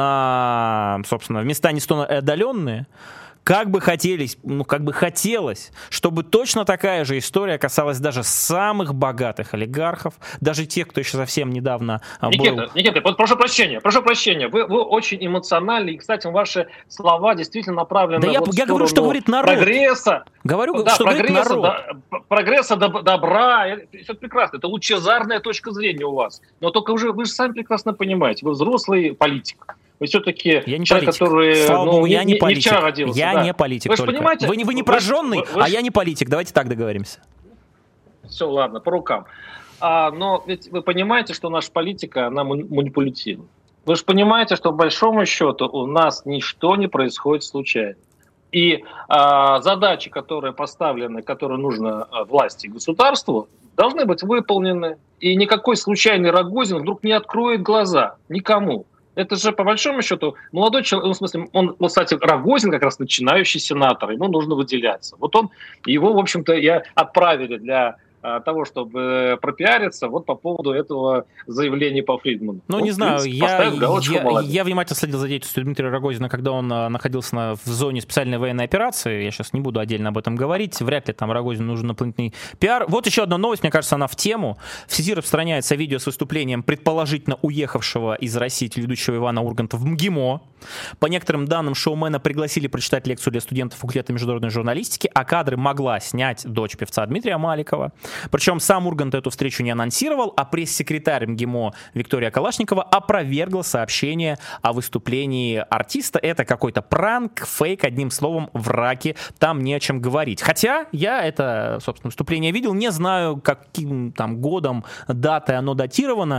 на, собственно, в места не столь отдаленные, как бы хотелось, ну, как бы хотелось, чтобы точно такая же история касалась даже самых богатых олигархов, даже тех, кто еще совсем недавно был... Никита, Никита, прошу прощения, прошу прощения, вы, вы очень эмоциональны, и, кстати, ваши слова действительно направлены да вот я, я говорю, что говорит народ. Прогресса. Говорю, да, что прогресса, говорит народ. Да, прогресса, доб- добра, все прекрасно, это лучезарная точка зрения у вас, но только уже, вы же сами прекрасно понимаете, вы взрослый политик. Вы все-таки я не человек, политик. который Слава ну, Богу, не, я не, не, политик. не вчера родился. Я да. не политик вы только. Понимаете, вы, вы не прожженный, вы, вы, а я не политик. Давайте так договоримся. Все, ладно, по рукам. А, но ведь вы понимаете, что наша политика, она манипулятивна. Вы же понимаете, что, по большому счету, у нас ничто не происходит случайно. И а, задачи, которые поставлены, которые нужно власти и государству, должны быть выполнены. И никакой случайный Рогозин вдруг не откроет глаза никому. Это же, по большому счету, молодой человек, ну, в смысле, он, вот, кстати, Рогозин как раз начинающий сенатор, ему нужно выделяться. Вот он, его, в общем-то, и отправили для а, того, чтобы пропиариться вот по поводу этого заявления по Фридману. Ну, вот, не знаю, принципе, я, я, я внимательно следил за деятельностью Дмитрия Рогозина, когда он а, находился на, в зоне специальной военной операции. Я сейчас не буду отдельно об этом говорить. Вряд ли там Рогозину нужен дополнительный пиар. Вот еще одна новость, мне кажется, она в тему. В сети распространяется видео с выступлением предположительно уехавшего из России телеведущего Ивана Урганта в МГИМО. По некоторым данным, шоумена пригласили прочитать лекцию для студентов факультета международной журналистики, а кадры могла снять дочь певца Дмитрия Маликова. Причем сам Ургант эту встречу не анонсировал, а пресс-секретарь МГИМО Виктория Калашникова опровергла сообщение о выступлении артиста. Это какой-то пранк, фейк, одним словом, враки, там не о чем говорить. Хотя я это, собственно, выступление видел, не знаю, каким там годом, датой оно датировано.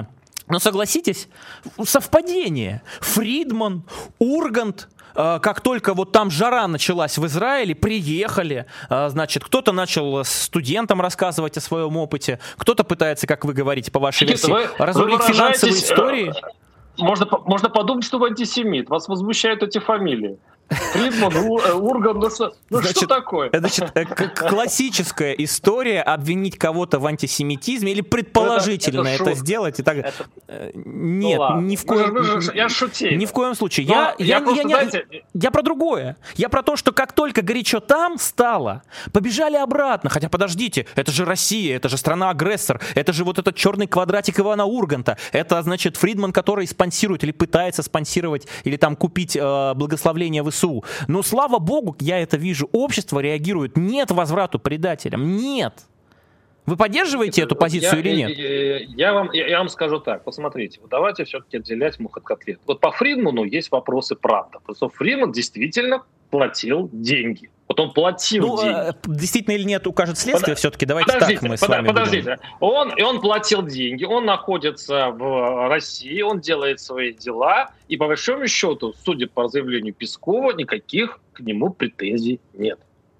Но согласитесь, совпадение. Фридман, Ургант, как только вот там жара началась в Израиле, приехали, значит, кто-то начал студентам рассказывать о своем опыте, кто-то пытается, как вы говорите, по вашей версии, вы, разрулить вы финансовые истории. Можно, можно подумать, что вы антисемит. Вас возмущают эти фамилии. Фридман, Урган, ну, что, ну значит, что такое? Значит, классическая история обвинить кого-то в антисемитизме или предположительно это, это, это сделать. И так... это... Нет, ну, ни в коем, ну, ну, я шутил. Ни в коем случае. Я, я, я, я, дайте... я, я про другое. Я про то, что как только горячо там стало, побежали обратно. Хотя подождите, это же Россия, это же страна-агрессор, это же вот этот черный квадратик Ивана Урганта. Это, значит, Фридман, который спонсирует или пытается спонсировать или там купить э, благословление в ВСУ. Но, слава богу, я это вижу, общество реагирует. Нет возврату предателям. Нет. Вы поддерживаете это, эту позицию я, или нет? Я, я, я, вам, я, я вам скажу так. Посмотрите, вот давайте все-таки отделять мух от котлет. Вот по Фридману есть вопросы правда. Потому что Фридман действительно платил деньги. Вот он платил ну, деньги. Действительно или нет, укажет следствие. Под... все-таки давайте подождите, так мы под... с вами Подождите. Он, и он платил деньги, он находится в России, он делает свои дела. И по большому счету, судя по заявлению Пескова, никаких к нему претензий нет.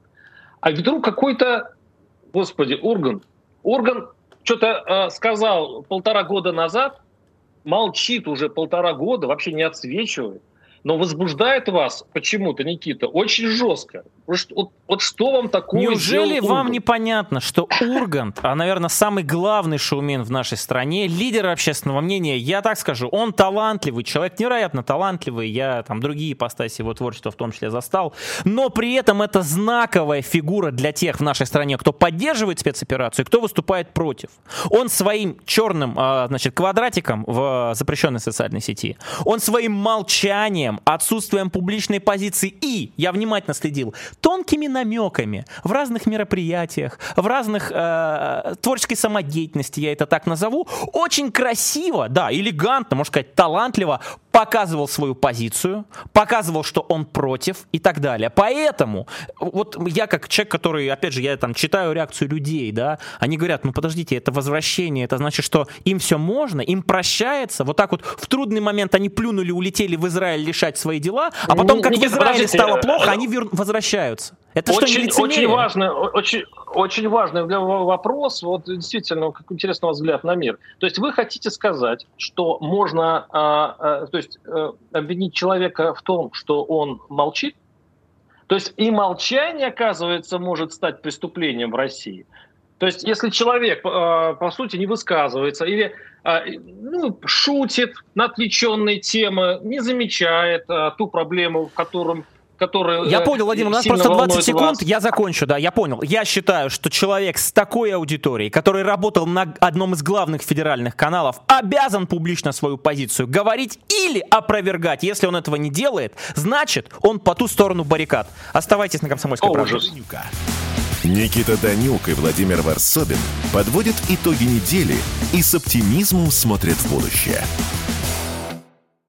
А вдруг какой-то, господи, Урган, Урган что-то э, сказал полтора года назад, молчит уже полтора года, вообще не отсвечивает. Но возбуждает вас почему-то, Никита, очень жестко. Вот, вот что вам такое? Неужели вам непонятно, что Ургант, а, наверное, самый главный шоумен в нашей стране, лидер общественного мнения, я так скажу, он талантливый человек, невероятно талантливый, я там другие ипостаси его творчества в том числе застал, но при этом это знаковая фигура для тех в нашей стране, кто поддерживает спецоперацию и кто выступает против. Он своим черным, значит, квадратиком в запрещенной социальной сети, он своим молчанием, отсутствием публичной позиции и, я внимательно следил, тонкими намеками в разных мероприятиях, в разных э, творческой самодеятельности, я это так назову, очень красиво, да, элегантно, можно сказать, талантливо показывал свою позицию, показывал, что он против и так далее. Поэтому вот я как человек, который, опять же, я там читаю реакцию людей, да, они говорят, ну подождите, это возвращение, это значит, что им все можно, им прощается, вот так вот в трудный момент они плюнули, улетели в Израиль решать свои дела, а потом, как в Израиле стало плохо, они вер... возвращаются. Это очень, что, не лицемерие? Очень важный, очень, очень важный вопрос, вот действительно, как интересный у вас взгляд на мир. То есть вы хотите сказать, что можно а, а, то есть, а, обвинить человека в том, что он молчит? То есть и молчание, оказывается, может стать преступлением в России? То есть если человек, а, по сути, не высказывается или а, ну, шутит на отвлеченные темы, не замечает а, ту проблему, в котором... Который, я понял, Владимир, у нас просто двадцать секунд, вас. Я закончу, да, я понял. Я считаю, что человек с такой аудиторией, который работал на одном из главных федеральных каналов, обязан публично свою позицию говорить или опровергать. Если он этого не делает, значит, он по ту сторону баррикад. Оставайтесь на «Комсомольской правде». Никита Данюк и Владимир Варсобин подводят итоги недели и с оптимизмом смотрят в будущее.